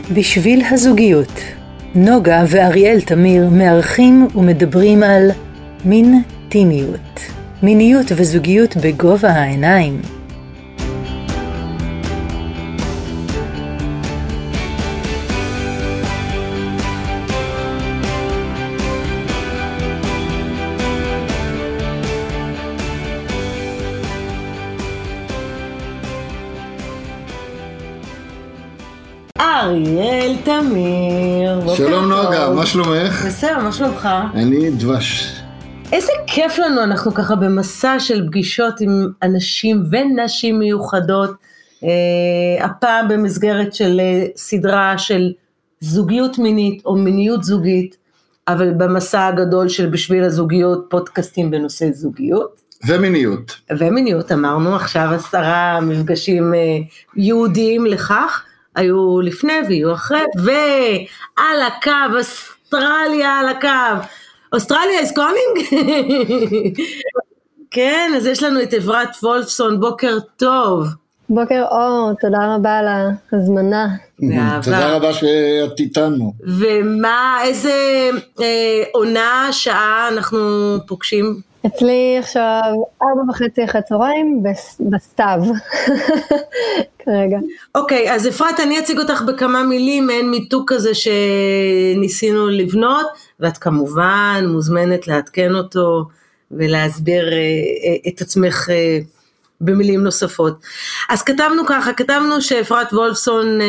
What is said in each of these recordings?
בשביל הזוגיות. נוגה ואריאל תמיר מארחים ומדברים על מינטימיות. מיניות וזוגיות בגובה העיניים. אריאל תמיר. שלום נוגה, מה שלומך? בסדר, מה שלומך? אני דבש. איזה כיף לנו, אנחנו ככה במסע של פגישות עם אנשים ונשים מיוחדות, הפעם במסגרת של סדרה של זוגיות מינית או מיניות זוגית, אבל במסע הגדול של בשביל הזוגיות, פודקאסטים בנושא זוגיות. ומיניות. ומיניות, אמרנו, עכשיו 10 מפגשים יהודיים לכך, היו לפני ויהיו אחרי, ועל הקו, אוסטרליה על הקו, אוסטרליה is coming? כן, אז יש לנו את אפרת וולפסון, בוקר טוב. בוקר אור, תודה רבה על ההזמנה. תודה רבה שאת איתנו. ומה, איזה עונה, שעה אנחנו פוגשים? אצלי עכשיו 4:30 אחרי צהריים בסתיו, כרגע. אוקיי, אז אפרת, אני אציג אותך בכמה מילים, אין מיתוג כזה שניסינו לבנות, ואת כמובן מוזמנת לעדכן אותו, ולהסביר את עצמך במילים נוספות. אז כתבנו שאפרת וולפסון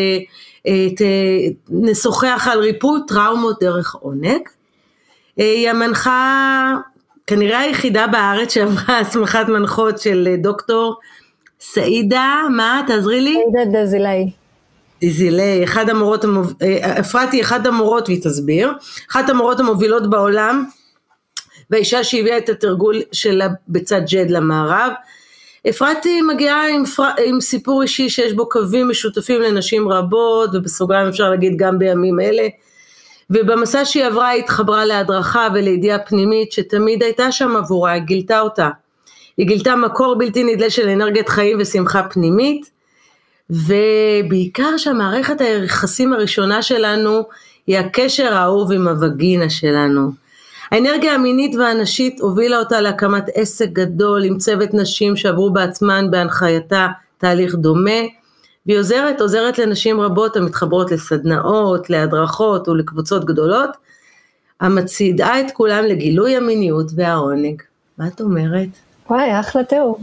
נשוחח על ריפוי טראומות דרך עונג, היא המנחה כנראה היחידה בארץ שעברה הסמכת מנחות של דוקטור סעידה, מה? תעזרי לי? סעידה דזילי, אפרת היא אחד המורות, והיא תסביר, אחת המורות המובילות בעולם, והאישה שהביאה את התרגול שלה בצד ג'ד למערב. אפרת היא מגיעה עם סיפור אישי שיש בו קווים משותפים לנשים רבות, ובסוגריים אפשר להגיד גם בימים אלה, ובמסע שהיא עברה היא התחברה להדרכה ולידיעה פנימית שתמיד הייתה שם עבורה, היא גילתה אותה. היא גילתה מקור בלתי נדלה של אנרגיית חיים ושמחה פנימית, ובעיקר שהמערכת היחסים הראשונה שלנו היא הקשר האהוב עם הווגינה שלנו. האנרגיה המינית והנשית הובילה אותה להקמת עסק גדול עם צוות נשים שעברו בעצמן בהנחייתה תהליך דומה, והיא עוזרת לנשים רבות המתחברות לסדנאות, להדרכות ולקבוצות גדולות, המצעידה את כולם לגילוי המיניות והעונג. מה את אומרת? וואי, אחלה תיאור.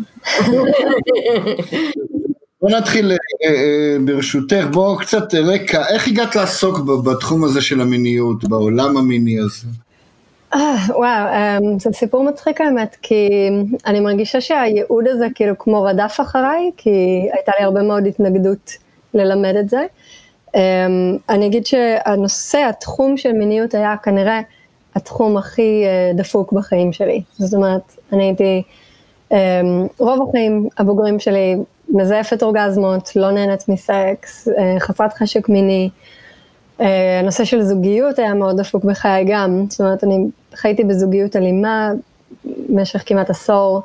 בוא נתחיל ברשותך, בוא קצת רקע, איך הגעת לעסוק בתחום הזה של המיניות, בעולם המיני הזה? וואו, זה סיפור מצחיק האמת, כי אני מרגישה שהייעוד הזה כאילו כמו רדף אחריי, כי הייתה לי הרבה מאוד התנגדות ללמד את זה. אני אגיד התחום של מיניות היה כנראה התחום הכי דפוק בחיים שלי. זאת אומרת, אני הייתי, רוב החיים הבוגרים שלי מזייפת אורגזמות, לא נהנית מסקס, חסרת חשק מיני, הנושא של זוגיות היה מאוד דפוק בחיי גם, זאת אומרת, אני חייתי בזוגיות אלימה במשך כמעט עשור,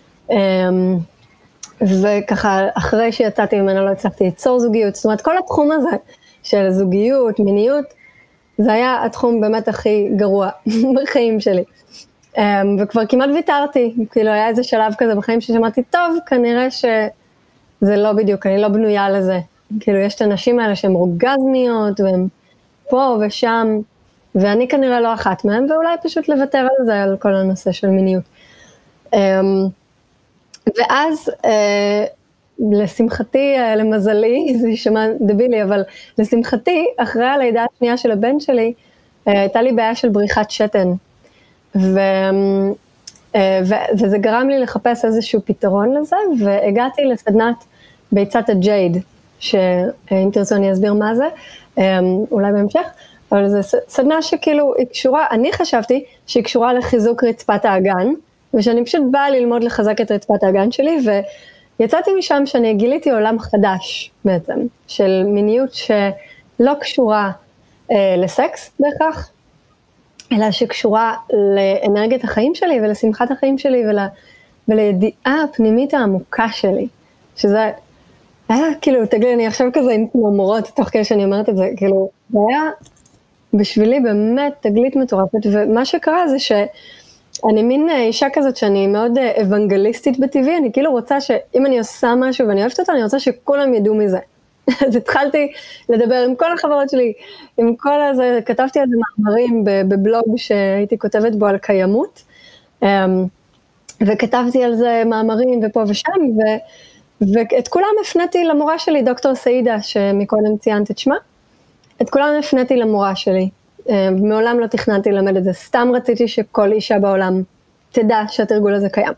וככה אחרי שיצאתי ממנו לא הצלחתי ליצור זוגיות, זאת אומרת, כל התחום הזה של זוגיות, מיניות, זה היה התחום באמת הכי גרוע בחיים שלי, וכבר כמעט ויתרתי, כאילו היה איזה שלב כזה בחיים ששמעתי, טוב, כנראה שזה לא בדיוק, אני לא בנויה לזה, כאילו יש את הנשים האלה שהן אורגזמיות, והן פה ושם, ואני כנראה לא אחת מהם, ואולי פשוט לוותר על זה, על כל הנושא של מיניות. ואז, לשמחתי, למזלי, זה יישמע דבילי, אבל לשמחתי, אחרי הלידה השנייה של הבן שלי, הייתה לי בעיה של בריחת שתן, וזה גרם לי לחפש איזשהו פתרון לזה, והגעתי לסדנת ביצת הג'ייד, שאם תרצו אני אסביר מה זה, אולי בהמשך, אבל זו סדנה שכאילו היא קשורה, אני חשבתי שהיא קשורה לחיזוק רצפת האגן, ושאני פשוט באה ללמוד לחזק את רצפת האגן שלי, ויצאתי משם שאני גיליתי עולם חדש בעצם, של מיניות שלא קשורה לסקס בהכרח, אלא שקשורה לאנרגיית החיים שלי ולשמחת החיים שלי ולידיעה הפנימית העמוקה שלי, שזה כאילו, תגידי, אני עכשיו כזה עם מומרות, תוך כדי שאני אומרת את זה, כאילו, זה היה בשבילי באמת תגלית מטורפת, ומה שקרה זה שאני מין אישה כזאת שאני מאוד אוונגליסטית בטבעי, אני כאילו רוצה שאם אני עושה משהו ואני אוהבת אותו, אני רוצה שכולם ידעו מזה. אז התחלתי לדבר עם כל החברות שלי, עם כל הזה, כתבתי על זה מאמרים בבלוג שהייתי כותבת בו על קיימות, וכתבתי על זה מאמרים ופה ושם, ואת כולם הפניתי למורה שלי, דוקטור סעידה, שמקודם ציינת את שמה, את כולם הפניתי למורה שלי, מעולם לא תכננתי ללמד את זה, סתם רציתי שכל אישה בעולם תדע שהתרגול הזה קיים.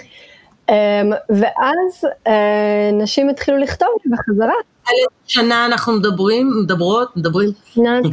ואז נשים התחילו לכתוב בחזרה. על איזה שנה אנחנו מדברים? שנת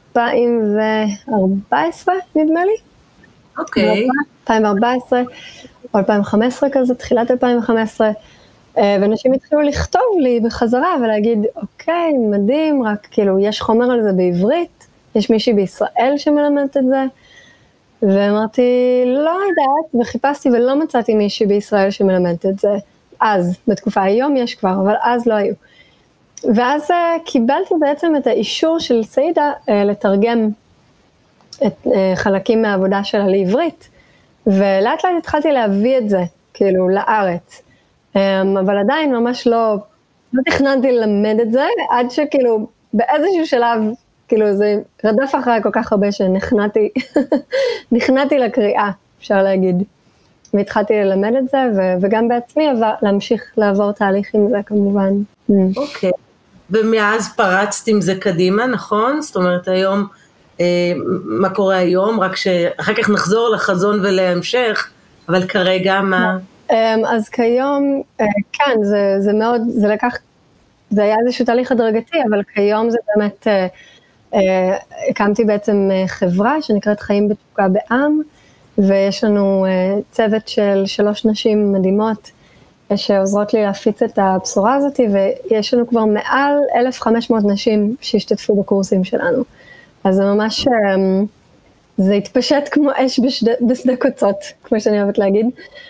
2014 נדמה לי. אוקיי. 2014 או 2015 כזה, תחילת 2015, ואנשים התחילו לכתוב לי בחזרה ולהגיד, אוקיי, מדהים, רק כאילו יש חומר על זה בעברית, יש מישהי בישראל שמלמדת את זה, ואמרתי, לא יודעת, וחיפשתי ולא מצאתי מישהי בישראל שמלמדת את זה, אז, בתקופה היום יש כבר, אבל אז לא היו. ואז קיבלתי בעצם את האישור של סעידה לתרגם את חלקים מהעבודה שלה לעברית, ולאט לאט התחלתי להביא את זה, כאילו, לארץ. אבל עדיין ממש לא תכננתי ללמד את זה, עד שכאילו באיזשהו שלב, כאילו זה רדף אחרי כל כך הרבה שנכנעתי לקריאה, אפשר להגיד. והתחלתי ללמד את זה, וגם בעצמי להמשיך לעבור תהליך עם זה כמובן. אוקיי, ומאז פרצת עם זה קדימה, נכון? זאת אומרת היום, מה קורה היום? רק שאחר כך נחזור לחזון ולהמשך, אבל כרגע מה? אז כיום, כן, זה מאוד, זה היה איזשהו תהליך הדרגתי, אבל כיום זה באמת, הקמתי בעצם חברה שנקראת חיים בתשוקה בעם, ויש לנו צוות של 3 נשים מדהימות, שעוזרות לי להפיץ את הבשורה הזאת, ויש לנו כבר מעל 1,500 נשים שהשתתפו בקורסים שלנו. אז זה ממש, זה התפשט כמו אש בשדה קוצות, כמו שאני אוהבת להגיד.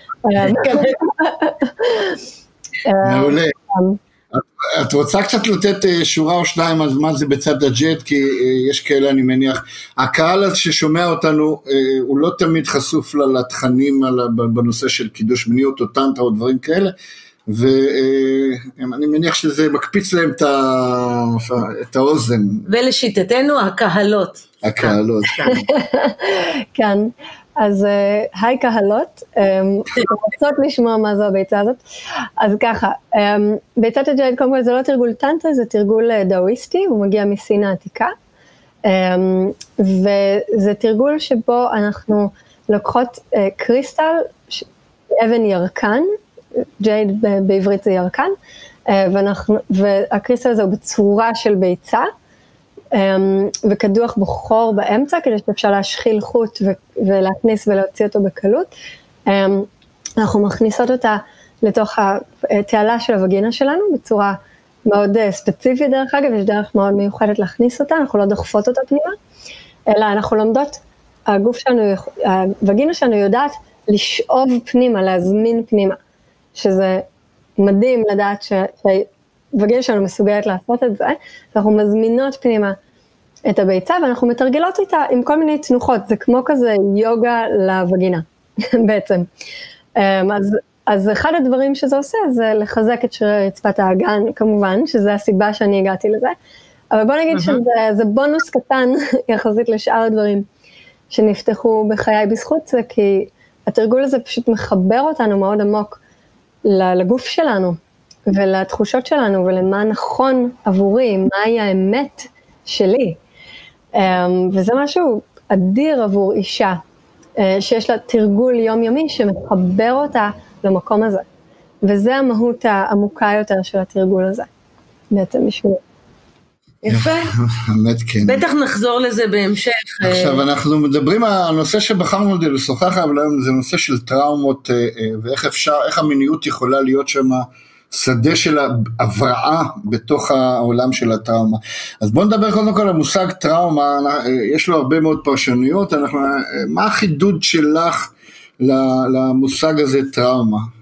מעולה. את רוצה קצת לתת שורה או שניים על מה זה בצד הג'ט, כי יש כאלה אני מניח, הקהל ששומע אותנו הוא לא תמיד חשוף לתכנים בנושא של קידוש מיניות או טנטרה או דברים כאלה, ואני מניח שזה מקפיץ להם את האוזן. ולשיטתנו הקהלות. הקהלות. כן. אז היי קהלות, רוצות לשמוע מה זו הביצה הזאת, אז ככה, ביצת הג'ייד קודם כל זה לא תרגול טנטרה, זה תרגול דאואיסטי, הוא מגיע מסין העתיקה, וזה תרגול שבו אנחנו לוקחות קריסטל, אבן ירקן, ג'ייד בעברית זה ירקן, והקריסטל הזה הוא בצורה של ביצה, וקדוח בחור באמצע, כדי שאפשר להשחיל חוט ולהכניס ולהוציא אותו בקלות. אנחנו מכניסות אותה לתוך התעלה של הווגינה שלנו, בצורה מאוד ספציפית דרך אגב, יש דרך מאוד מיוחדת להכניס אותה, אנחנו לא דוחפות אותה פנימה, אלא אנחנו לומדות, הגוף שלנו, הווגינה שלנו יודעת לשאוב פנימה, להזמין פנימה, שזה מדהים לדעת שהווגינה שלנו מסוגלת לעשות את זה, אנחנו מזמינות פנימה את הביצה, ואנחנו מתרגלות איתה עם כל מיני תנוחות, זה כמו כזה יוגה לווגינה, בעצם. אז אחד הדברים שזה עושה, זה לחזק את שרירי רצפת האגן, כמובן, שזה הסיבה שאני הגעתי לזה, אבל בוא נגיד שזה בונוס קטן, יחסית לשאר הדברים, שנפתחו בחיי בזכות זה, כי התרגול הזה פשוט מחבר אותנו מאוד עמוק, לגוף שלנו, ולתחושות שלנו, ולמה נכון עבורי, מהי האמת שלי. וזה משהו אדיר עבור אישה, שיש לה תרגול יומיומי שמחבר אותה למקום הזה. וזה המהות העמוקה יותר של התרגול הזה, בעצם משהו. יפה. באמת כן. בטח נחזור לזה בהמשך. עכשיו אנחנו מדברים על הנושא שבחרנו לשוחח עליו, זה נושא של טראומות, ואיך המיניות יכולה להיות שם שדה של הבראה בתוך העולם של הטראומה. אז בואו נדבר קודם כל על המושג טראומה, יש לו הרבה מאוד פרשנויות, מה החידוד שלך למושג הזה טראומה?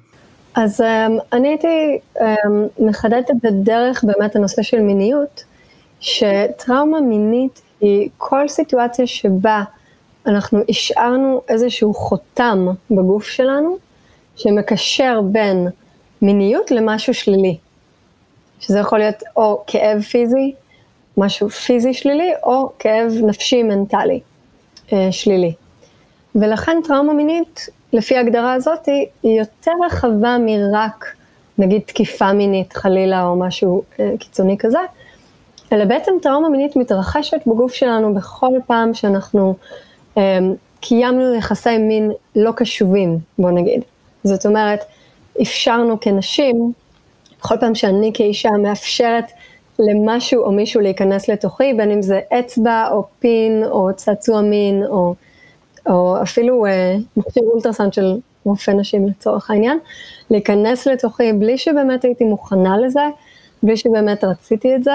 אז אני הייתי מחדדת את זה דרך באמת הנושא של מיניות, שטראומה מינית היא כל סיטואציה שבה אנחנו השארנו איזשהו חותם בגוף שלנו, שמקשר בין מיניות למשהו שלילי. שזה יכול להיות או כאב פיזי, משהו פיזי שלילי, או כאב נפשי מנטלי שלילי. ולכן טראומה מינית, לפי ההגדרה הזאת, היא יותר רחבה מרק, נגיד תקיפה מינית חלילה או משהו קיצוני כזה, אלא בעצם טראומה מינית מתרחשת בגוף שלנו בכל פעם שאנחנו קיימנו יחסי מין לא קשובים, בוא נגיד. זאת אומרת, אפשרנו כנשים, בכל פעם שאני כאישה מאפשרת למשהו או מישהו להיכנס לתוכי, בין אם זה אצבע או פין או צעצוע מין או אפילו מכשיר אולטרסאונד של רופא נשים לצורך העניין, להיכנס לתוכי בלי שבאמת הייתי מוכנה לזה, בלי שבאמת רציתי את זה,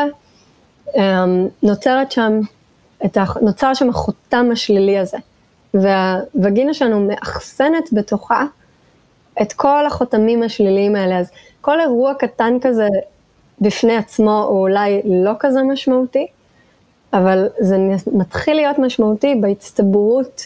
נוצר שם החותם השלילי הזה, והווגינה שלנו מאחסנת בתוכה את כל החותמים השליליים האלה, אז כל אירוע קטן כזה בפני עצמו הוא אולי לא כזה משמעותי, אבל זה מתחיל להיות משמעותי בהצטברות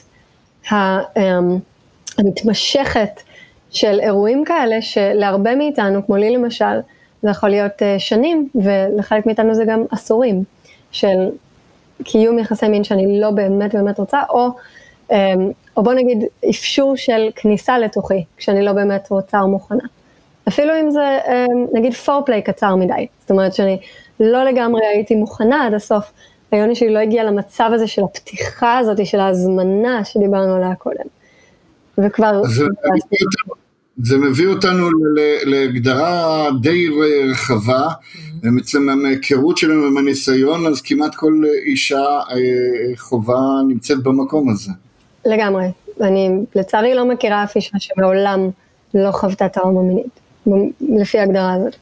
המתמשכת של אירועים כאלה, שלהרבה מאיתנו, כמו לי למשל, זה יכול להיות שנים, ולחלק מאיתנו זה גם עשורים, של קיום יחסי מין שאני לא באמת רוצה, או בוא נגיד אפשור של כניסה לתוכי, כשאני לא באמת רוצה או מוכנה. אפילו אם זה נגיד פורפליי קצר מדי, זאת אומרת שאני לא לגמרי הייתי מוכנה עד הסוף, היוני שלי לא הגיע למצב הזה של הפתיחה הזאת, של ההזמנה שדיברנו עליה קודם. וכבר... זה מביא אותנו להגדרה די רחבה, ובעצם מההיכרות שלנו ומהניסיון, אז כמעט כל אישה חובה נמצאת במקום הזה. לגמרי. אני לצערי לא מכירה אף אישה שמעולם לא חוותה טראומה מינית, לפי ההגדרה הזאת.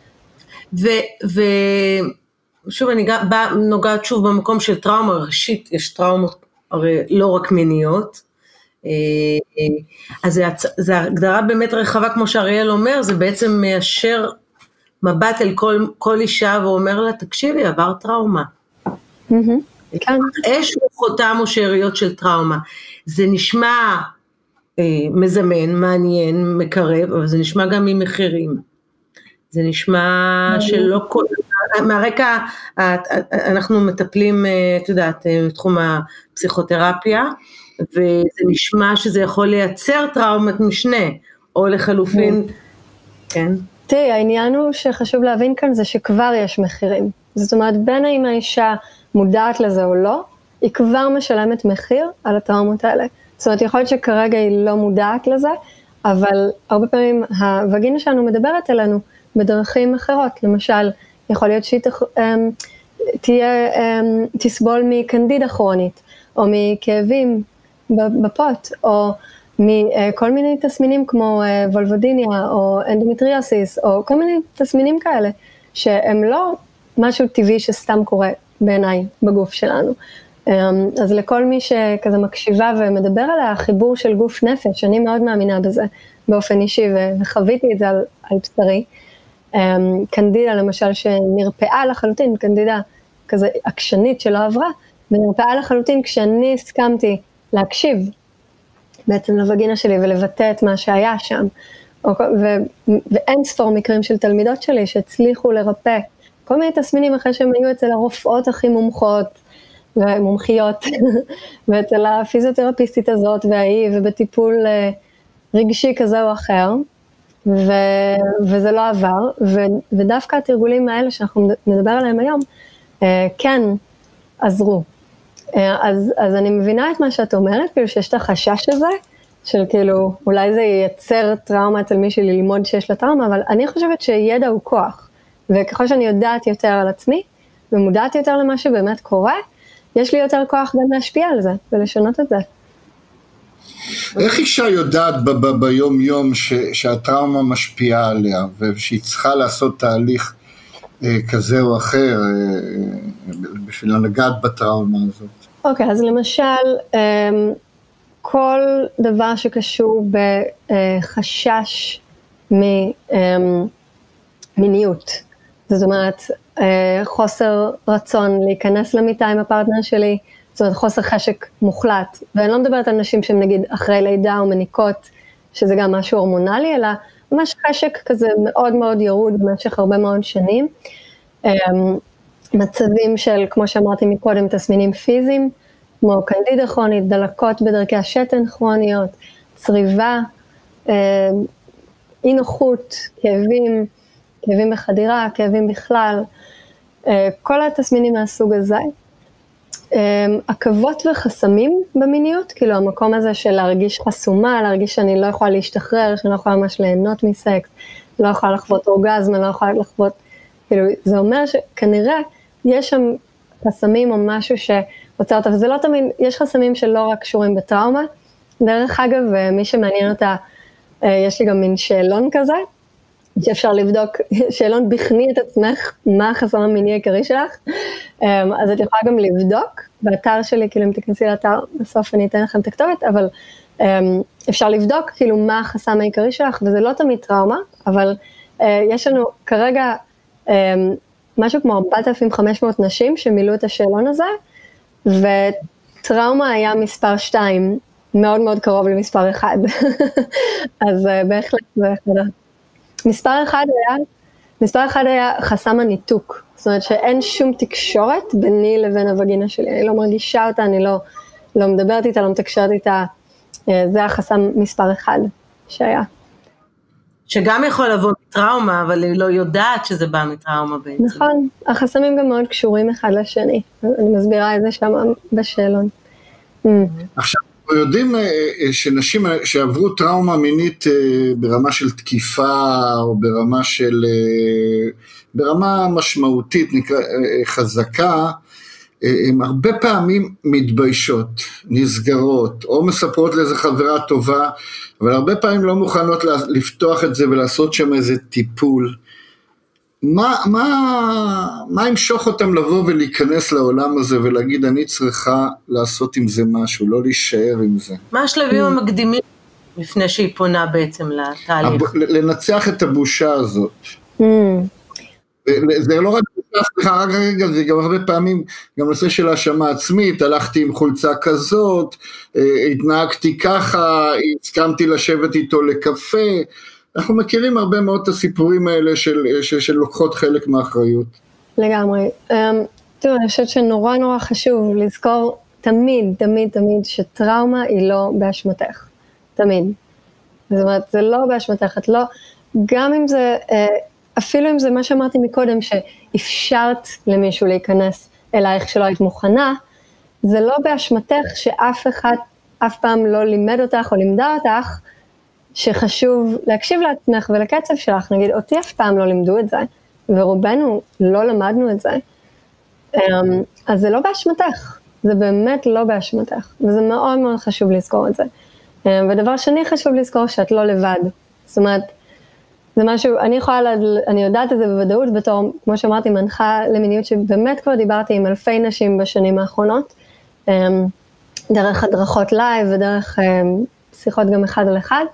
ושוב, אני נוגעת שוב במקום של טראומה, ראשית יש טראומות הרי לא רק מיניות, אז זו הגדרה באמת רחבה, כמו שאריאל אומר, זה בעצם מיישר מבט אל כל אישה, ואומר לה, תקשיבי, עבר טראומה. יש חותם או שאריות של טראומה, זה נשמע מזמן, מעניין, מקרב, אבל זה נשמע גם עם מחירים, זה נשמע שלא כל, מהרקע, אנחנו מטפלים, את יודעת, בתחום הפסיכותרפיה, וזה נשמע שזה יכול לייצר טראומת משנה, או לחלופין, כן. תראי, העניין הוא שחשוב להבין כאן זה שכבר יש מחירים, זאת אומרת, בין אם האישה מודעת לזה או לא, היא כבר משלמת מחיר על הטראומות האלה, זאת אומרת, יכול להיות שכרגע היא לא מודעת לזה, אבל הרבה פעמים הווגינה שלנו מדברת אלינו בדרכים אחרות, למשל, יכול להיות שהיא תסבול מקנדידה כרונית, או מכאבים בפוט, או מכל מיני תסמינים כמו וולבודיניה, או אנדומטריוסיס, או כל מיני תסמינים כאלה, שהם לא משהו טבעי שסתם קורה בעיניי בגוף שלנו. אז לכל מי שכזה מקשיבה ומדבר על החיבור של גוף נפש, אני מאוד מאמינה בזה באופן אישי, וחוויתי את זה על בשרי. קנדידה למשל שנרפאה לחלוטין, קנדידה כזה עקשנית שלא עברה, ונרפאה לחלוטין כשאני הסכמתי להקשיב בעצם לווגינה שלי ולבטא את מה שהיה שם, ואין ספור מקרים של תלמידות שלי שהצליחו לרפא כל מיני תסמינים אחרי שהם היו אצל הרופאות הכי מומחות ומומחיות, ואצל הפיזיותרפיסטית הזאת והיא, ובטיפול רגשי כזה או אחר, וזה לא עבר, ודווקא התרגולים האלה שאנחנו נדבר עליהם היום, כן עזרו. אז אני מבינה את מה שאת אומרת, כאילו שיש את החשש הזה, של כאילו אולי זה ייצר טראומה אצל מישהו ללמוד שיש לה טראומה, אבל אני חושבת שידע הוא כוח, וככל שאני יודעת יותר על עצמי, ומודעת יותר למה שבאמת קורה, יש לי יותר כוח גם להשפיע על זה, ולשנות את זה. איך אישה יודעת ביום יום שהטראומה משפיעה עליה, ושהיא צריכה לעשות תהליך כזה או אחר, בשביל לגעת בטראומה הזאת? אוקיי, אז למשל, כל דבר שקשור בחשש ממיניות. זאת אומרת, חוסר רצון להיכנס למיטה עם הפרטנר שלי, זאת אומרת חוסר חשק מוחלט, ואני לא מדברת על נשים שהן נגיד אחרי לידה או מניקות, שזה גם משהו הורמונלי, אלא ממש חשק כזה מאוד מאוד ירוד במשך הרבה מאוד שנים, מצבים של, כמו שאמרתי מקודם, תסמינים פיזיים, כמו קנדידה כרונית, דלקות בדרכי השתן כרוניות, צריבה, אי נוחות, כאבים בחדירה, כאבים בכלל, כל התסמינים מהסוג הזה. עכבות וחסמים במיניות, כאילו המקום הזה של להרגיש חסומה, להרגיש שאני לא יכולה להשתחרר, שאני לא יכולה ממש ליהנות מסקס, לא יכולה לחוות אורגזמה, לא יכולה לחוות, כאילו זה אומר שכנראה יש שם חסמים או משהו שעוצר אותה, וזה לא תמיד, יש חסמים שלא רק קשורים בטראומה, דרך אגב, מי שמעניין אותה, יש לי גם מין שאלון כזה, שאפשר לבדוק, שאלון בכני את עצמך, מה החסם המיני העיקרי שלך, אז את יכולה גם לבדוק, באתר שלי, כאילו אם תכנסי לאתר, בסוף אני אתן לכם את הכתובת, אבל אפשר לבדוק כאילו מה החסם העיקרי שלך, וזה לא תמיד טראומה, אבל יש לנו כרגע משהו כמו 4,500 נשים שמילאו את השאלון הזה, וטראומה היה מספר 2, מאוד מאוד קרוב למספר 1, אז בהחלט זה אחד. מספר אחד היה חסם הניתוק, זאת אומרת שאין שום תקשורת ביני לבין הווגינה שלי, אני לא מרגישה אותה, אני לא מדברת איתה, לא מתקשרת איתה, זה החסם מספר 1 שהיה. שגם יכול לבוא מטראומה, אבל היא לא יודעת שזה בא מטראומה בעצם. נכון, החסמים גם מאוד קשורים אחד לשני, אני מסבירה את זה שם בשאלון. עכשיו, אנחנו יודעים שנשים שעברו טראומה מינית ברמה של תקיפה, או ברמה משמעותית, חזקה, הן הרבה פעמים מתביישות, נסגרות, או מספרות לאיזה חברה טובה, אבל הרבה פעמים לא מוכנות לפתוח את זה ולעשות שם איזה טיפול. מה ימשוך אותם לבוא ולהיכנס לעולם הזה ולהגיד אני צריכה לעשות עם זה משהו, לא להישאר עם זה? מה השלבים המקדימים לפני שהיא פונה בעצם לתהליך? לנצח את הבושה הזאת. זה לא רק רגע, זה גם הרבה פעמים, גם נושא של האשמה עצמית, הלכתי עם חולצה כזאת, התנהגתי ככה, הסכמתי לשבת איתו לקפה, אנחנו מכירים הרבה מאוד את הסיפורים האלה של לוקחות חלק מהאחריות. לגמרי. תראו, אני חושבת שנורא נורא חשוב לזכור תמיד שטראומה היא לא באשמתך. תמיד. זאת אומרת, זה לא באשמתך, את לא, גם אם זה, אפילו אם זה מה שאמרתי מקודם, שאפשרת למישהו להיכנס אלייך שלא היית מוכנה, זה לא באשמתך שאף אחד אף פעם לא לימד אותך או לימדה אותך, שחשוב להקשיב לעצמך ולקצב שלך, נגיד, אותי אף פעם לא לימדו את זה, ורובנו לא למדנו את זה, אז זה לא באשמתך, זה באמת לא באשמתך, וזה מאוד מאוד חשוב לזכור את זה. ודבר שני חשוב לזכור שאת לא לבד, זאת אומרת, זה משהו, אני יודעת את זה בוודאות בתור, כמו שאמרתי, מנחה למיניות שבאמת כבר דיברתי עם אלפי נשים בשנים האחרונות, דרך הדרכות לייב ודרך שיחות גם אחד על אחד,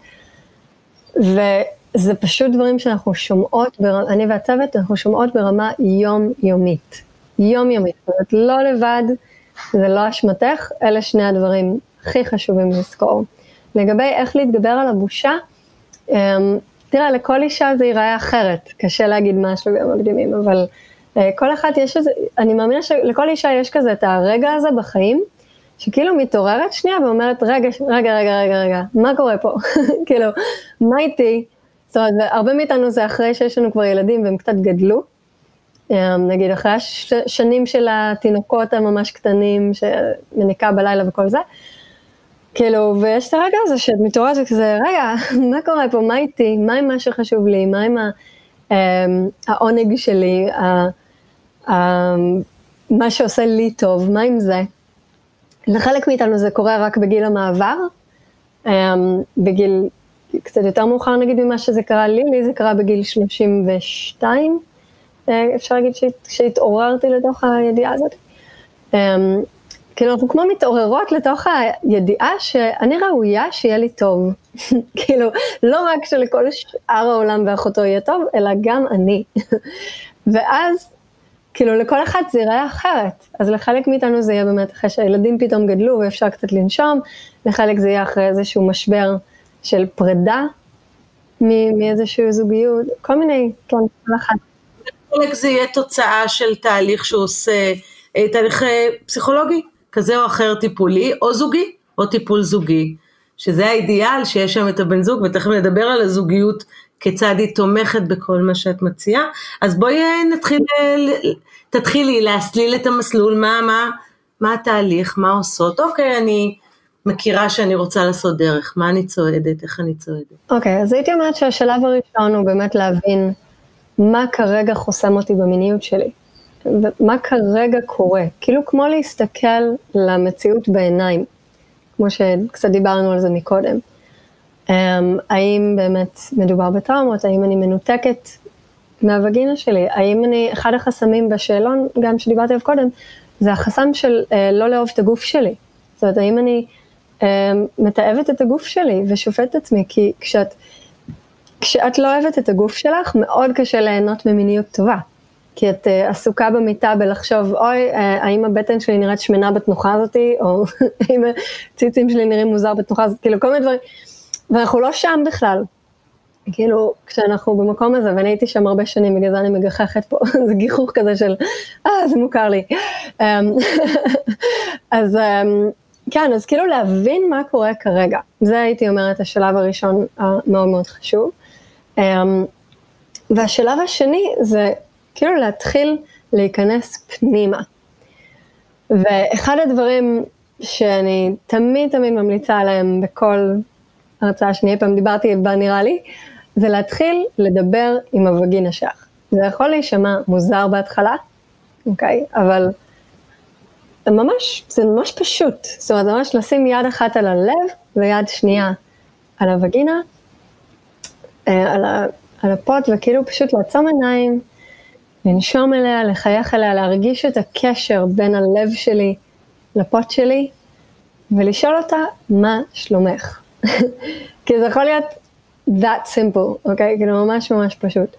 וזה פשוט דברים שאנחנו שומעות, אני והצוות, אנחנו שומעות ברמה יומיומית, זאת אומרת, לא לבד, זה לא אשמתך, אלה שני הדברים הכי חשובים לזכור. לגבי איך להתגבר על הבושה, תראה, לכל אישה זה ייראה אחרת, קשה להגיד מה השלבים המקדימים, אבל כל אחת יש איזה, אני מאמינה שלכל אישה יש כזה את הרגע הזה בחיים, שכאילו מתעוררת שנייה ואומרת, רגע, מה קורה פה? כאילו, מה איתי? זאת אומרת, הרבה מאיתנו זה אחרי שיש לנו כבר ילדים והם קצת גדלו, נגיד אחרי השנים של התינוקות הממש קטנים, שמניקה בלילה וכל זה, כאילו, ויש את הרגע הזה שאת מתעוררת וכזה, רגע, מה קורה פה? מה איתי? מה עם מה שחשוב לי? מה עם העונג שלי? מה שעושה לי טוב? מה עם זה? לחלק מאיתנו זה קורה רק בגיל המעבר, בגיל קצת יותר מאוחר נגיד ממה שזה קרה לי זה קרה בגיל 32, אפשר להגיד שהתעוררתי לתוך הידיעה הזאת. כאילו אנחנו כמו מתעוררות לתוך הידיעה שאני ראויה שיהיה לי טוב. כאילו, לא רק שלכל שאר העולם ואחותו יהיה טוב, אלא גם אני. ואז, כאילו לכל אחד זה יראה אחרת. אז לחלק מאיתנו זה יהיה באמת אחרי שהילדים פתאום גדלו ואפשר קצת לנשום, לחלק זה יהיה אחרי איזשהו משבר של פרידה, מאיזשהו זוגיות, כל מיני, כן, כל אחד. לחלק זה יהיה תוצאה של תהליך שעושה, תהליך פסיכולוגי, כזה או אחר טיפולי, או זוגי, או טיפול זוגי, שזה האידיאל שיש שם את הבן זוג, ותכף נדבר על הזוגיות, כיצד היא תומכת בכל מה שאת מציעה. אז בואי תתחילי להסליל את המסלול, מה התהליך, מה עושות. אוקיי, אני מכירה שאני רוצה לעשות דרך, מה אני צועדת, איך אני צועדת. אוקיי, אז הייתי אומרת שהשלב הראשון הוא באמת להבין מה כרגע חוסם אותי במיניות שלי, מה כרגע קורה, כאילו כמו להסתכל למציאות בעיניים, כמו שקצת דיברנו על זה מקודם. האם באמת מדובר בטראומות, האם אני מנותקת מהווגינה שלי, האם אחד החסמים בשאלון, גם שדיברתי עליו קודם, זה החסם של לא לאהוב את הגוף שלי. זאת אומרת, האם אני מתאהבת את הגוף שלי ושופטת את עצמי, כי כשאת לא אוהבת את הגוף שלך, מאוד קשה ליהנות ממיניות טובה. כי את עסוקה במיטה בלחשוב, אוי, האם הבטן שלי נראית שמנה בתנוחה הזאתי, או האם הציצים שלי נראים מוזר בתנוחה הזאתי, כאילו כל מיני דברים, ואנחנו לא שם בכלל. כאילו, כשאנחנו במקום הזה, ואני הייתי שם הרבה שנים, בגלל זה אני מגחכת פה, זה גיחוך כזה של, זה מוכר לי. אז כן, אז כאילו להבין מה קורה כרגע. זה הייתי אומרת השלב הראשון המאוד מאוד חשוב. והשלב השני זה כאילו להתחיל להיכנס פנימה. ואחד הדברים שאני תמיד ממליצה עליהם בכל הרצאה שאני פעם דיברתי בה נראה לי, זה להתחיל לדבר עם הווגינה שלך. זה יכול להישמע מוזר בהתחלה, אוקיי? אבל זה ממש פשוט. זאת אומרת, ממש לשים יד אחת על הלב ויד שנייה על הווגינה, על הפוט, וכאילו פשוט לעצום עיניים, לנשום אליה, לחייך אליה, להרגיש את הקשר בין הלב שלי לפוט שלי, ולשאול אותה מה שלומך. כי זה יכול להיות that simple, אוקיי? כאילו ממש ממש פשוט.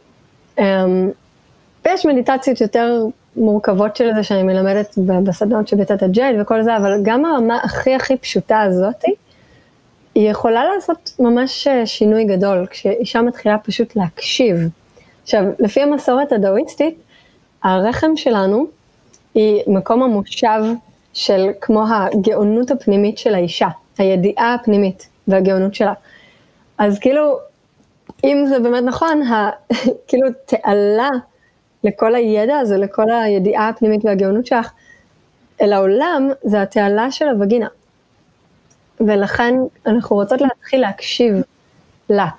ויש מדיטציות יותר מורכבות של זה שאני מלמדת בסדנות של ביתת הג'ייד וכל זה, אבל גם הרמה הכי פשוטה הזאת, היא יכולה לעשות ממש שינוי גדול, כשאישה מתחילה פשוט להקשיב. עכשיו, לפי המסורת הדאואיסטית, הרחם שלנו היא מקום המושב של כמו הגאונות הפנימית של האישה, הידיעה הפנימית והגאונות שלה. אז כאילו, אם זה באמת נכון, כאילו תעלה לכל הידע הזה, לכל הידיעה הפנימית והגאונות שלך, אל העולם זה התעלה של הווגינה. ולכן אנחנו רוצות להתחיל להקשיב לה.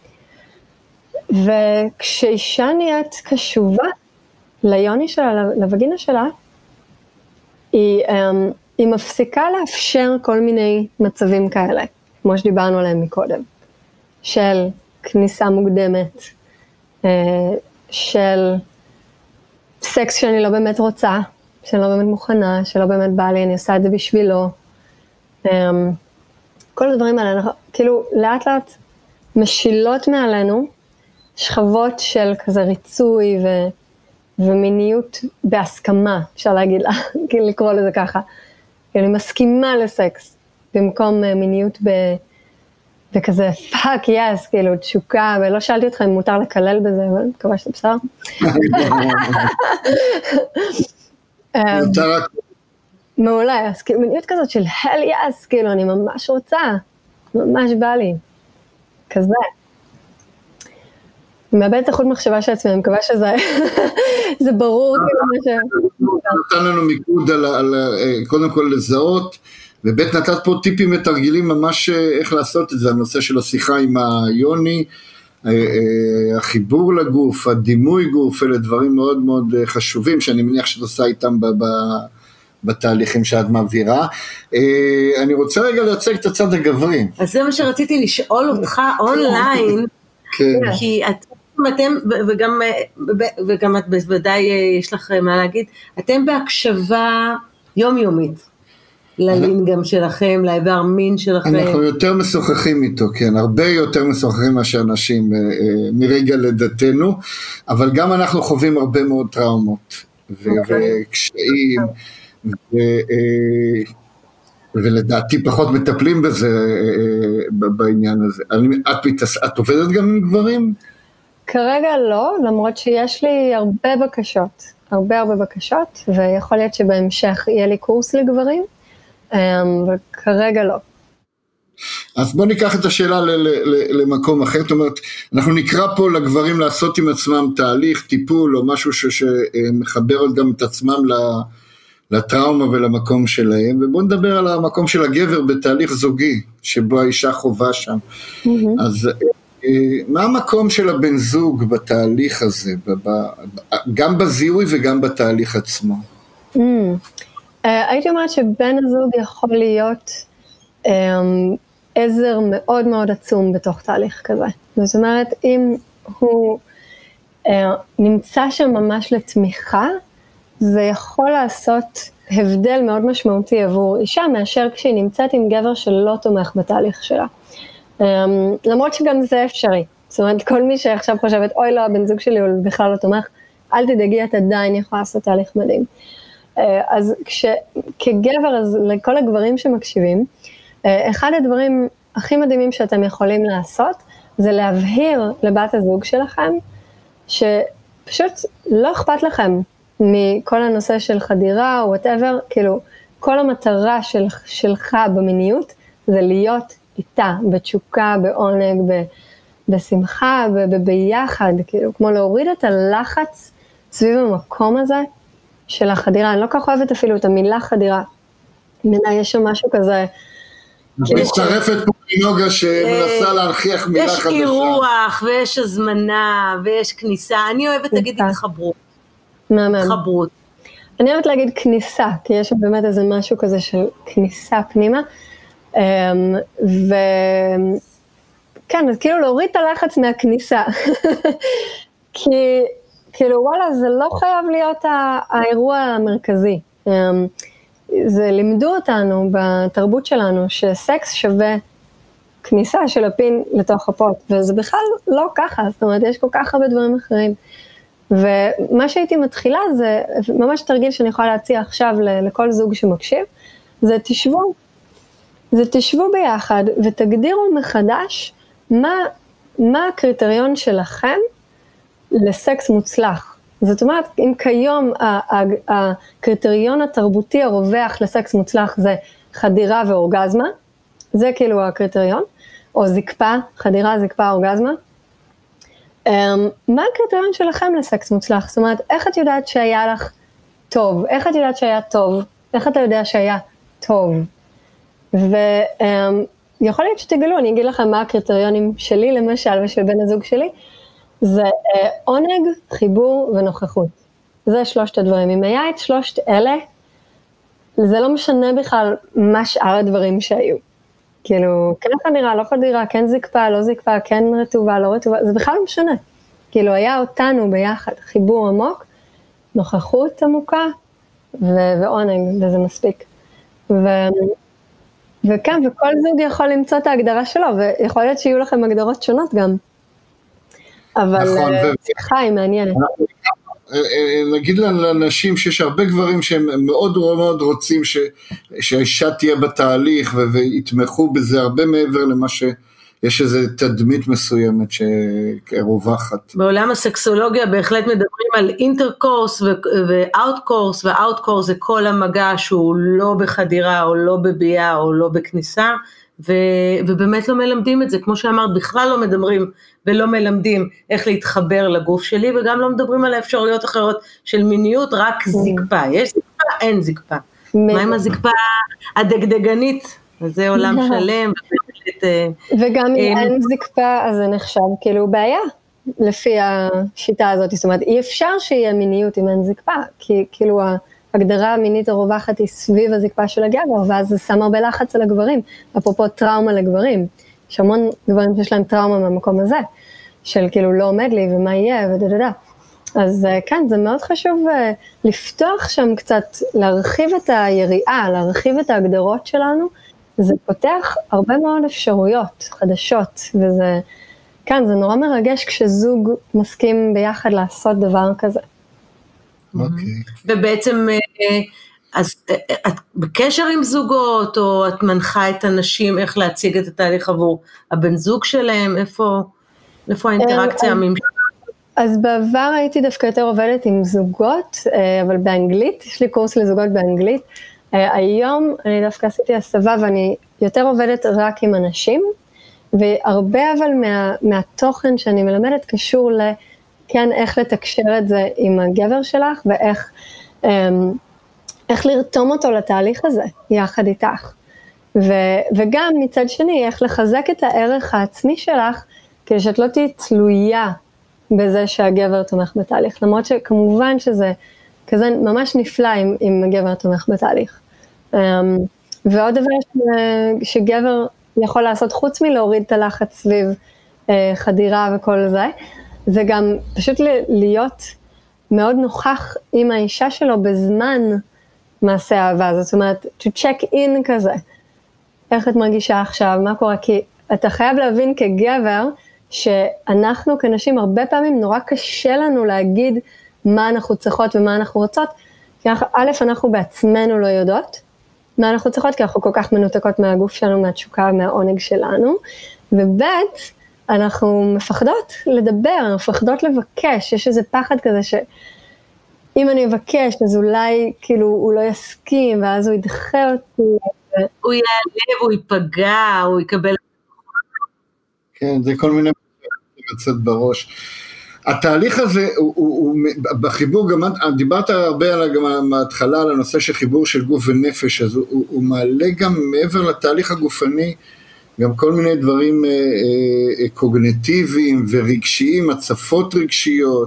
וכשאישה נהיית קשובה ליוני שלה, לווגינה שלה, היא מפסיקה לאפשר כל מיני מצבים כאלה, כמו שדיברנו עליהם מקודם, של כניסה מוקדמת, של סקס שאני לא באמת רוצה, שאני לא באמת מוכנה, שלא באמת בא לי, אני עושה את זה בשבילו. כל הדברים האלה, כאילו לאט לאט משילות מעלינו, שכבות של כזה ריצוי ומיניות בהסכמה, אפשר להגיד לה, כאילו לקרוא לזה ככה. אני מסכימה לסקס, במקום מיניות וכזה fuck yes, כאילו תשוקה, ולא שאלתי אותך אם מותר לקלל בזה, אבל מקווה שזה בסדר. מעולה, אז כאילו מיניות כזאת של hell yes, כאילו אני ממש רוצה, ממש בא לי, כזה. מאבד את החוט מחשבה של עצמי, אני מקווה שזה זה ברור. נתן לנו מיקוד על קודם כל לזהות, ובית נתת פה טיפים מתרגילים ממש איך לעשות את זה, הנושא של השיחה עם היוני, החיבור לגוף, הדימוי גוף, אלה דברים מאוד מאוד חשובים, שאני מניח שאת עושה איתם בתהליכים שאת מעבירה. אני רוצה רגע לייצג את הצד הגברי. אז זה מה שרציתי לשאול אותך אונליין, כי אתם, וגם את בוודאי יש לך מה להגיד, אתם בהקשבה יומיומית, ללינגאם שלכם, לאיבר מין שלכם. אנחנו יותר משוחחים איתו, כן, הרבה יותר משוחחים מאשר אנשים מרגע לידתנו, אבל גם אנחנו חווים הרבה מאוד טראומות, וקשיים, ולדעתי פחות מטפלים בזה, בעניין הזה. את עובדת גם עם גברים? כרגע לא, למרות שיש לי הרבה בקשות, ויכול להיות שבהמשך יהיה לי קורס לגברים, אבל כרגע לא. אז בוא ניקח את השאלה למקום אחר, זאת אומרת, אנחנו נקרא פה לגברים לעשות עם עצמם תהליך, טיפול, או משהו שמחבר גם את עצמם לטראומה ולמקום שלהם, ובוא נדבר על המקום של הגבר בתהליך זוגי, שבו האישה חובה שם. אז מה המקום של הבן זוג בתהליך הזה, גם בזיהוי וגם בתהליך עצמו? הייתי אומרת שבן הזוג יכול להיות עזר מאוד מאוד עצום בתוך תהליך כזה. זאת אומרת, אם הוא נמצא שם ממש לתמיכה, זה יכול לעשות הבדל מאוד משמעותי עבור אישה, מאשר כשהיא נמצאת עם גבר שלא תומך בתהליך שלה. למרות שגם זה אפשרי. זאת אומרת, כל מי שעכשיו חושבת, אוי לא, הבן זוג שלי הוא בכלל לא תומך, אל תדאגי, את עדיין יכולה לעשות תהליך מדהים. אז כגבר, אז לכל הגברים שמקשיבים, אחד הדברים הכי מדהימים שאתם יכולים לעשות, זה להבהיר לבת הזוג שלכם, שפשוט לא אכפת לכם מכל הנושא של חדירה או whatever, כאילו כל המטרה שלך במיניות, זה להיות איתה, בתשוקה, בעונג, בשמחה, ביחד, כאילו כמו להוריד את הלחץ סביב המקום הזה, של החדירה. אני לא כך אוהבת אפילו את המילה חדירה. בעיניי יש שם משהו כזה. מצטרפת פה מנוגה שמנסה להנכיח מילה חדשה. יש אירוח ויש הזמנה ויש כניסה. אני אוהבת להגיד התחברות. התחברות. אני אוהבת להגיד כניסה, כי יש באמת איזה משהו כזה של כניסה פנימה. וכן, אז כאילו להוריד את הלחץ מהכניסה. כי כאילו וואלה, זה לא חייב להיות האירוע המרכזי. זה לימדו אותנו בתרבות שלנו שסקס שווה כניסה של הפין לתוך הפוט, וזה בכלל לא ככה, זאת אומרת, יש כל כך הרבה דברים אחרים. ומה שהייתי מתחילה זה ממש תרגיל שאני יכולה להציע עכשיו לכל זוג שמקשיב, זה תשבו ביחד ותגדירו מחדש מה הקריטריון שלכם לסקס מוצלח. זאת אומרת, אם כיום הקריטריון התרבותי הרווח לסקס מוצלח זה חדירה ואורגזמה, זה כאילו הקריטריון, או זקפה, חדירה, זקפה, אורגזמה. מה הקריטריון שלכם לסקס מוצלח? זאת אומרת, איך את יודעת שהיה לך טוב? איך את יודעת שהיה טוב? איך אתה יודע שהיה טוב? ויכול להיות שתגלו, אני אגיד לכם מה הקריטריונים שלי, למשל, ושל בן הזוג שלי, זה עונג, חיבור ונוכחות. זה שלושת הדברים. אם היה את שלושת אלה, זה לא משנה בכלל מה שאר הדברים שהיו. כאילו, כן חדירה, לא חדירה, כן זקפה, לא זקפה, כן רטובה, לא רטובה, זה בכלל לא משנה. כאילו, היה אותנו ביחד, חיבור עמוק, נוכחות עמוקה ועונג, וזה מספיק. וכן, וכל זוג יכול למצוא את ההגדרה שלו, ויכול להיות שיהיו לכם הגדרות שונות גם. אבל שיחה היא מעניינת. נגיד לאנשים שיש הרבה גברים שהם מאוד מאוד רוצים שהאישה תהיה בתהליך ויתמכו בזה הרבה מעבר למה שיש איזו תדמית מסוימת שרווחת. בעולם הסקסולוגיה בהחלט מדברים על אינטרקורס ואוטקורס, והאוטקורס זה כל המגע שהוא לא בחדירה או לא בבייה או לא בכניסה, ובאמת לא מלמדים את זה, כמו שאמרת, בכלל לא מדברים ולא מלמדים איך להתחבר לגוף שלי, וגם לא מדברים על האפשרויות אחרות של מיניות, רק זקפה, יש זקפה, אין זקפה. מה עם הזקפה הדגדגנית? זה עולם שלם. וגם אם אין זקפה, אז זה נחשב כאילו בעיה, לפי השיטה הזאת, זאת אומרת, אי אפשר שיהיה מיניות אם אין זקפה, כי כאילו ההגדרה המינית הרווחת היא סביב הזקפה של הגבר, ואז זה שם הרבה לחץ על הגברים, אפרופו טראומה לגברים, יש המון גברים שיש להם טראומה מהמקום הזה, של כאילו לא עומד לי ומה יהיה ודדדה. אז כן, זה מאוד חשוב לפתוח שם קצת, להרחיב את היריעה, להרחיב את ההגדרות שלנו, זה פותח הרבה מאוד אפשרויות חדשות, וזה, כן, זה נורא מרגש כשזוג מסכים ביחד לעשות דבר כזה. ובעצם, אז את בקשר עם זוגות, או את מנחה את הנשים איך להציג את התהליך עבור הבן זוג שלהם, איפה האינטראקציה הממשלה? אז בעבר הייתי דווקא יותר עובדת עם זוגות, אבל באנגלית, יש לי קורס לזוגות באנגלית. היום אני דווקא עשיתי הסבה ואני יותר עובדת רק עם אנשים, והרבה אבל מהתוכן שאני מלמדת קשור כן, איך לתקשר את זה עם הגבר שלך, ואיך לרתום אותו לתהליך הזה, יחד איתך. וגם מצד שני, איך לחזק את הערך העצמי שלך, כדי שאת לא תהיי תלויה בזה שהגבר תומך בתהליך, למרות שכמובן שזה כזה ממש נפלא אם הגבר תומך בתהליך. ועוד דבר שגבר יכול לעשות חוץ מלהוריד את הלחץ סביב חדירה וכל זה, זה גם פשוט להיות מאוד נוכח עם האישה שלו בזמן מעשה אהבה, זאת אומרת, to check in כזה, איך את מרגישה עכשיו, מה קורה, כי אתה חייב להבין כגבר, שאנחנו כנשים הרבה פעמים נורא קשה לנו להגיד מה אנחנו צריכות ומה אנחנו רוצות, כי א', אנחנו בעצמנו לא יודעות מה אנחנו צריכות, כי אנחנו כל כך מנותקות מהגוף שלנו, מהתשוקה ומהעונג שלנו, וב', אנחנו מפחדות לדבר, מפחדות לבקש, יש איזה פחד כזה שאם אני אבקש, אז אולי כאילו הוא לא יסכים, ואז הוא ידחה אותי. הוא יעלב, הוא ייפגע, הוא יקבל... כן, זה כל מיני מצאת בראש. התהליך הזה, הוא בחיבור, גם דיברת הרבה גם מההתחלה על הנושא של חיבור של גוף ונפש, אז הוא מעלה גם מעבר לתהליך הגופני, גם כל מיני דברים קוגניטיביים ורגשיים, הצפות רגשיות.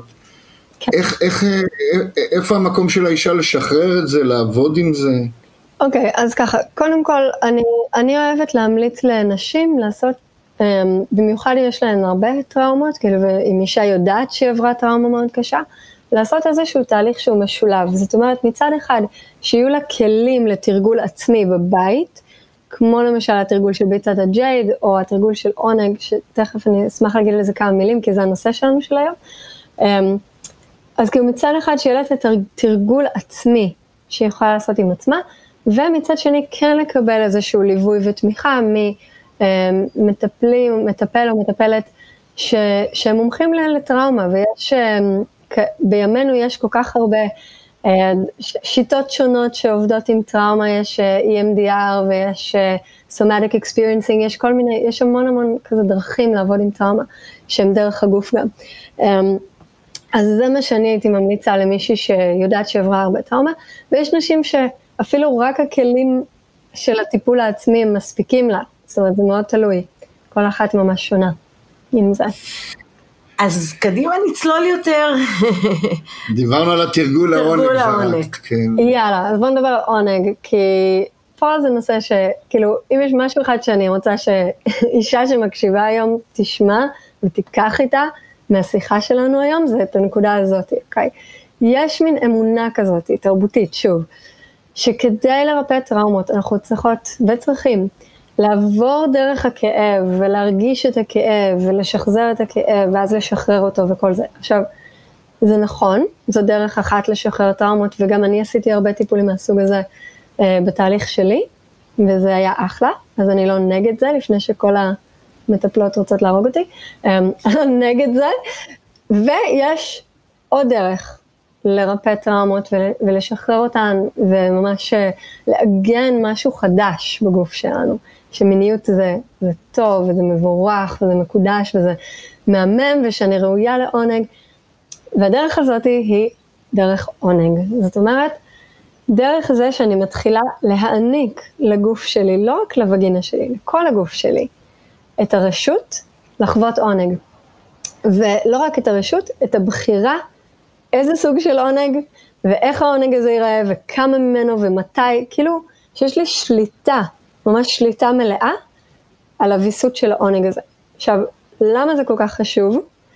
איפה המקום של האישה לשחרר את זה, לעבוד עם זה? אוקיי, אז ככה, קודם כל, אני אוהבת להמליץ לנשים לעשות, במיוחד אם יש להן הרבה טראומות, כאילו, אם אישה יודעת שהיא עברה טראומה מאוד קשה, לעשות איזשהו תהליך שהוא משולב. זאת אומרת, מצד אחד, שיהיו לה כלים לתרגול עצמי בבית, כמו למשל התרגול של ביצת הג'ייד, או התרגול של עונג, שתכף אני אשמח להגיד לזה כמה מילים, כי זה הנושא שלנו של היום. אז כאילו מצד אחד שיהיה לה את התרגול עצמי, שהיא יכולה לעשות עם עצמה, ומצד שני כן לקבל איזשהו ליווי ותמיכה מטפל או מטפלת שהם מומחים לטראומה, ויש, בימינו יש כל כך הרבה שיטות שונות שעובדות עם טראומה, יש EMDR ויש somatic experiencing, יש כל מיני, יש המון כזה דרכים לעבוד עם טראומה, שהם דרך הגוף גם. אז זה מה שאני הייתי ממליצה למישהי שיודעת שעברה הרבה טראומה, ויש נשים שאפילו רק הכלים של הטיפול העצמי הם מספיקים לה, זאת אומרת זה מאוד תלוי, כל אחת ממש שונה עם זה. אז קדימה נצלול יותר. דיברנו על התרגול העונג. יאללה, אז בואו נדבר על עונג, כי פה זה נושא שכאילו, אם יש משהו אחד שאני רוצה שאישה שמקשיבה היום תשמע ותיקח איתה מהשיחה שלנו היום, זה את הנקודה הזאת, אוקיי? יש מין אמונה כזאת, תרבותית, שוב, שכדי לרפא טראומות אנחנו צריכות וצריכים לעבור דרך הכאב ולהרגיש את הכאב ולשחזר את הכאב ואז לשחרר אותו וכל זה. עכשיו, זה נכון, זו דרך אחת לשחרר טראומות, וגם אני עשיתי הרבה טיפולים מהסוג הזה בתהליך שלי, וזה היה אחלה, אז אני לא נגד זה, לפני שכל המטפלות רוצות להרוג אותי, אני לא נגד זה, ויש עוד דרך לרפא טראומות ולשחרר אותן, וממש לעגן משהו חדש בגוף שלנו, שמיניות זה טוב, וזה מבורך, וזה מקודש, וזה מהמם, ושאני ראויה לעונג, והדרך הזאת היא דרך עונג. זאת אומרת, דרך זה שאני מתחילה להעניק לגוף שלי, לא רק לווגינה שלי, לכל הגוף שלי, את הרשות לחוות עונג. ולא רק את הרשות, את הבחירה, איזה סוג של עונג, ואיך העונג הזה ייראה, וכמה ממנו ומתי, כאילו שיש לי שליטה, ממש שליטה מלאה, על הוויסות של העונג הזה. עכשיו, למה זה כל כך חשוב?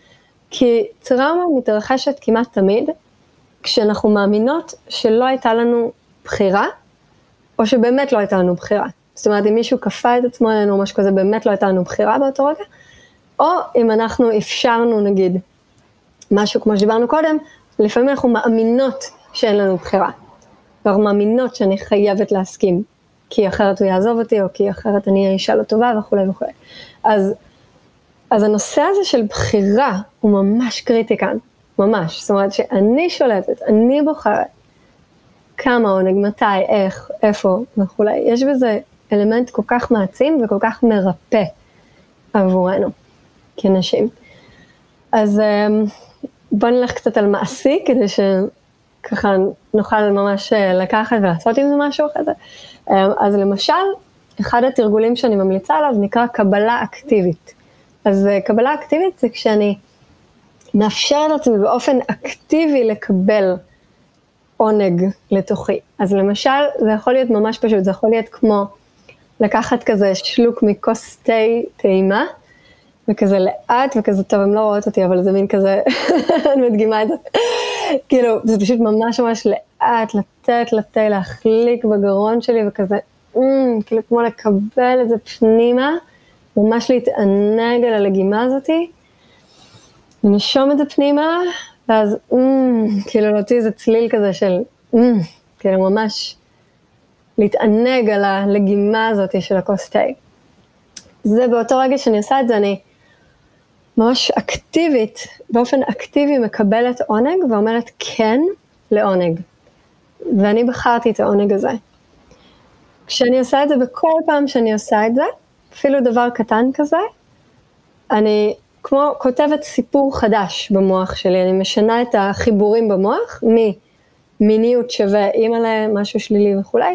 כי טראומה מתרחשת כמעט תמיד, כשאנחנו מאמינות שלא הייתה לנו בחירה, או שבאמת לא הייתה לנו בחירה. זאת אומרת, אם מישהו כפה את עצמו עלינו, או משהו כזה, באמת לא הייתה לנו בחירה באותו רגע, או אם אנחנו אפשרנו, נגיד, משהו כמו שדיברנו קודם, לפעמים אנחנו מאמינות שאין לנו בחירה. אנחנו מאמינות שאני חייבת להסכים, כי אחרת הוא יעזוב אותי, או כי אחרת אני אהיה אישה לא טובה, וכו' וכו'. אז הנושא הזה של בחירה, הוא ממש קריטי כאן, ממש. זאת אומרת שאני שולטת, אני בוחרת, כמה עונג, מתי, איך, איפה, וכו'. יש בזה אלמנט כל כך מעצים, וכל כך מרפא עבורנו, כנשים. אז בוא נלך קצת על מעשי, כדי שככה נוכל ממש לקחת ולעשות עם זה משהו כזה. אז למשל, אחד התרגולים שאני ממליצה עליו נקרא קבלה אקטיבית. אז קבלה אקטיבית זה כשאני מאפשרת לעצמי באופן אקטיבי לקבל עונג לתוכי. אז למשל, זה יכול להיות ממש פשוט, זה יכול להיות כמו לקחת כזה שלוק מכוס תה טעימה, וכזה לאט וכזה, טוב, הם לא רואות אותי, אבל זה מין כזה, אני מדגימה את זה. כאילו, זה פשוט ממש ממש לאט, לתת לתה, להחליק בגרון שלי, וכזה, כאילו כמו לקבל את זה פנימה, ממש להתענג על הלגימה הזאת, לנשום את זה פנימה, ואז, כאילו להוציא איזה צליל כזה של, כאילו ממש להתענג על הלגימה הזאת של הכוס תה. זה באותו רגע שאני עושה את זה, אני ממש אקטיבית, באופן אקטיבי מקבלת עונג, ואומרת כן לעונג. ואני בחרתי את העונג הזה. כשאני עושה את זה בכל פעם שאני עושה את זה, אפילו דבר קטן כזה, אני כמו כותבת סיפור חדש במוח שלי, אני משנה את החיבורים במוח, ממיניות שווה אימא למשהו שלילי וכולי,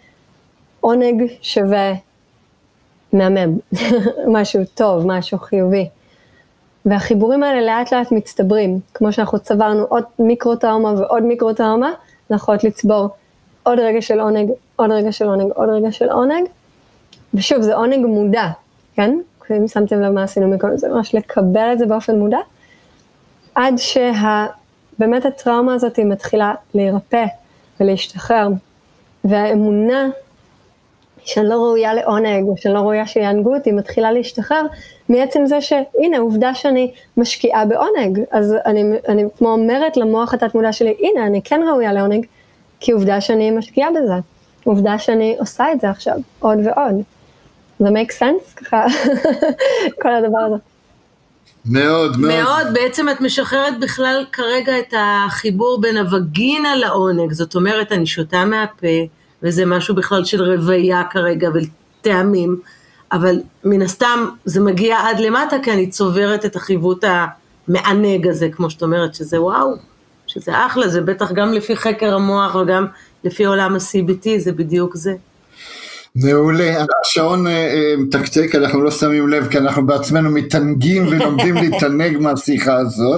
לעונג שווה מהמם, משהו טוב, משהו חיובי. והחיבורים האלה לאט לאט מצטברים, כמו שאנחנו צברנו עוד מיקרו-טראומה ועוד מיקרו-טראומה, אנחנו יכולות לצבור עוד רגע של עונג, עוד רגע של עונג, עוד רגע של עונג, ושוב, זה עונג מודע, כן? אם שמתם לב מה עשינו מקודם, זה ממש לקבל את זה באופן מודע, עד שבאמת הטראומה הזאת היא מתחילה להירפא ולהשתחרר, והאמונה שאני לא ראויה לעונג, או שאני לא ראויה שיענגו אותי, מתחילה להשתחרר, מעצם זה שהנה, עובדה שאני משקיעה בעונג, אז אני כמו אומרת למוח התת מודע שלי, הנה, אני כן ראויה לעונג, כי עובדה שאני משקיעה בזה, עובדה שאני עושה את זה עכשיו, עוד ועוד. זה make sense ככה, כל הדבר הזה. מאוד, מאוד. מאוד, בעצם את משחררת בכלל כרגע את החיבור בין הווגינה לעונג, זאת אומרת, אני שותה מהפה, וזה משהו בכלל של רוויה כרגע וטעמים, אבל מן הסתם זה מגיע עד למטה, כי אני צוברת את החיווט המענג הזה, כמו שאת אומרת, שזה וואו, שזה אחלה, זה בטח גם לפי חקר המוח, וגם לפי עולם ה-CBT, זה בדיוק זה. מעולה, השעון מתקתק, אנחנו לא שמים לב, כי אנחנו בעצמנו מתענגים ולומדים להתענג מהשיחה הזאת.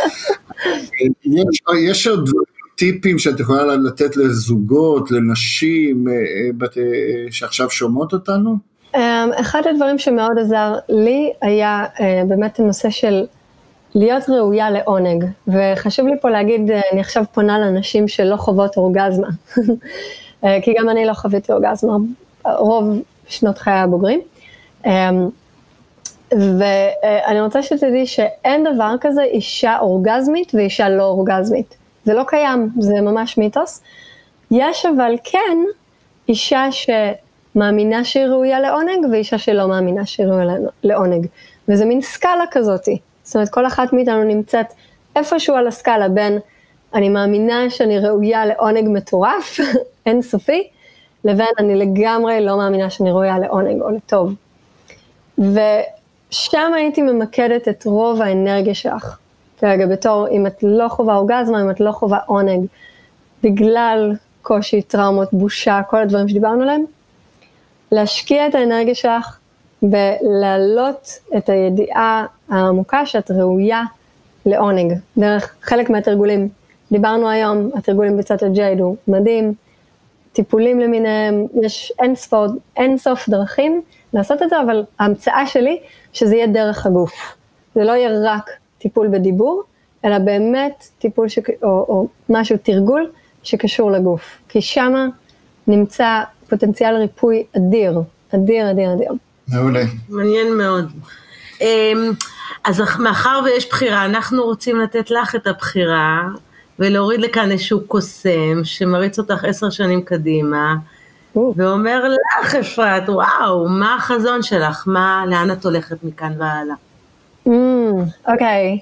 יש עוד טיפים שאת יכולה לתת לזוגות, לנשים, שעכשיו שומעות אותנו? אחד הדברים שמאוד עזר לי, היה באמת הנושא של להיות ראויה לעונג, וחשוב לי פה להגיד, אני עכשיו פונה לנשים שלא חוות אורגזמה, כי גם אני לא חוויתי אורגזמה, רוב שנות חיי הבוגרים, ואני רוצה שתדעי שאין דבר כזה אישה אורגזמית ואישה לא אורגזמית, זה לא קיים, זה ממש מיתוס, יש אבל כן אישה שמאמינה שהיא ראויה לעונג, ואישה שלא מאמינה שהיא ראויה לעונג, וזה מין סקאלה כזאת, זאת אומרת כל אחת מאיתנו נמצאת איפשהו על הסקאלה, בין אני מאמינה שאני ראויה לעונג מטורף, אינסופי, לבין אני לגמרי לא מאמינה שאני ראויה לעונג או לטוב. ושם הייתי ממקדת את רוב האנרגיה שלך. כרגע בתור, אם את לא חובה אורגזמה, אם את לא חובה עונג, בגלל קושי, טראומות, בושה, כל הדברים שדיברנו עליהם, להשקיע את האנרגיה שלך, ולהעלות את הידיעה העמוקה שאת ראויה לעונג. דרך חלק מהתרגולים, דיברנו היום, התרגולים בצד הג'ייד הוא מדהים, טיפולים למיניהם, יש אין סוף דרכים לעשות את זה, אבל ההמצאה שלי שזה יהיה דרך הגוף. זה לא יהיה רק טיפול בדיבור, אלא באמת טיפול או משהו, תרגול שקשור לגוף. כי שמה נמצא פוטנציאל ריפוי אדיר, אדיר, אדיר, אדיר. מעולה. מעניין מאוד. אז מאחר ויש בחירה, אנחנו רוצים לתת לך את הבחירה, ולהוריד לכאן איזשהו קוסם, שמריץ אותך 10 שנים קדימה, ואומר לך אפרת, וואו, מה החזון שלך? לאן את הולכת מכאן והלאה? אוקיי.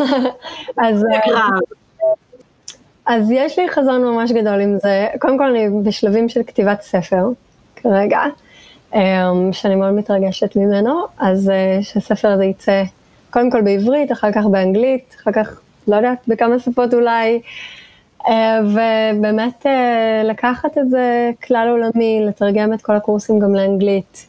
אז יש לי חזון ממש גדול עם זה. קודם כל אני בשלבים של כתיבת ספר, כרגע, שאני מאוד מתרגשת ממנו, אז שהספר הזה יצא קודם כל בעברית, אחר כך באנגלית, אחר כך, לא יודעת, בכמה שפות אולי, ובאמת לקחת את זה כלל עולמי, לתרגם את כל הקורסים גם לאנגלית,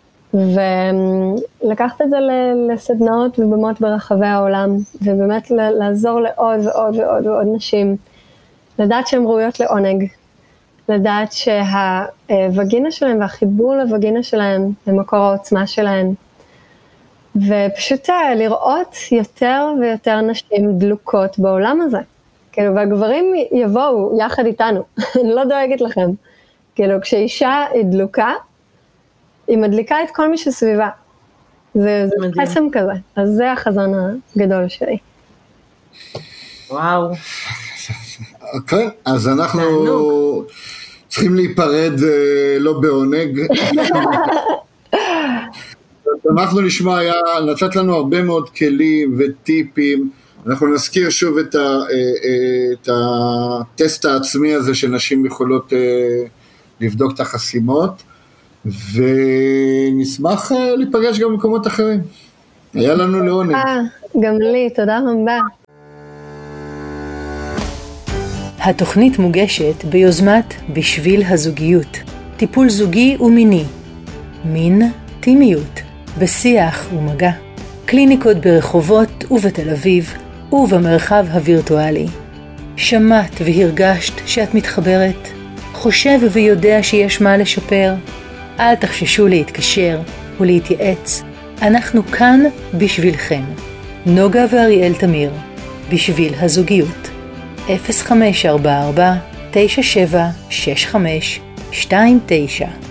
ולקחת את זה לסדנאות ובמות ברחבי העולם, ובאמת לעזור לעוד ועוד ועוד ועוד נשים, לדעת שהן ראויות לעונג, לדעת שהווגינה שלהם והחיבור לווגינה שלהם במקור העוצמה שלהם, ופשוט לראות יותר ויותר נשים דלוקות בעולם הזה. כאילו, והגברים יבואו יחד איתנו, אני לא דואגת לכם. כאילו, כשאישה היא דלוקה, היא מדליקה את כל מי שסביבה. זה קסם כזה, אז זה החזון הגדול שלי. וואו. אוקיי, אז אנחנו צריכים להיפרד לא בעונג. אנחנו נשמע, נתת לנו הרבה מאוד כלים וטיפים, אנחנו נזכיר שוב את הטסט העצמי הזה שנשים יכולות לבדוק את החסימות, ונשמח להיפגש גם במקומות אחרים. היה לנו לעונג. גם לי, תודה רבה. התוכנית מוגשת ביוזמת בשביל הזוגיות, טיפול זוגי ומיני, מין, טימיות, בשיח ומגע, קליניקות ברחובות ובתל אביב ובמרחב הווירטואלי. שמעת והרגשת שאת מתחברת? חושב ויודע שיש מה לשפר? אל תחששו להתקשר ולהתייעץ. אנחנו כאן בשבילכם. נוגה ואריאל תמיר, בשביל הזוגיות. 0544 9765 29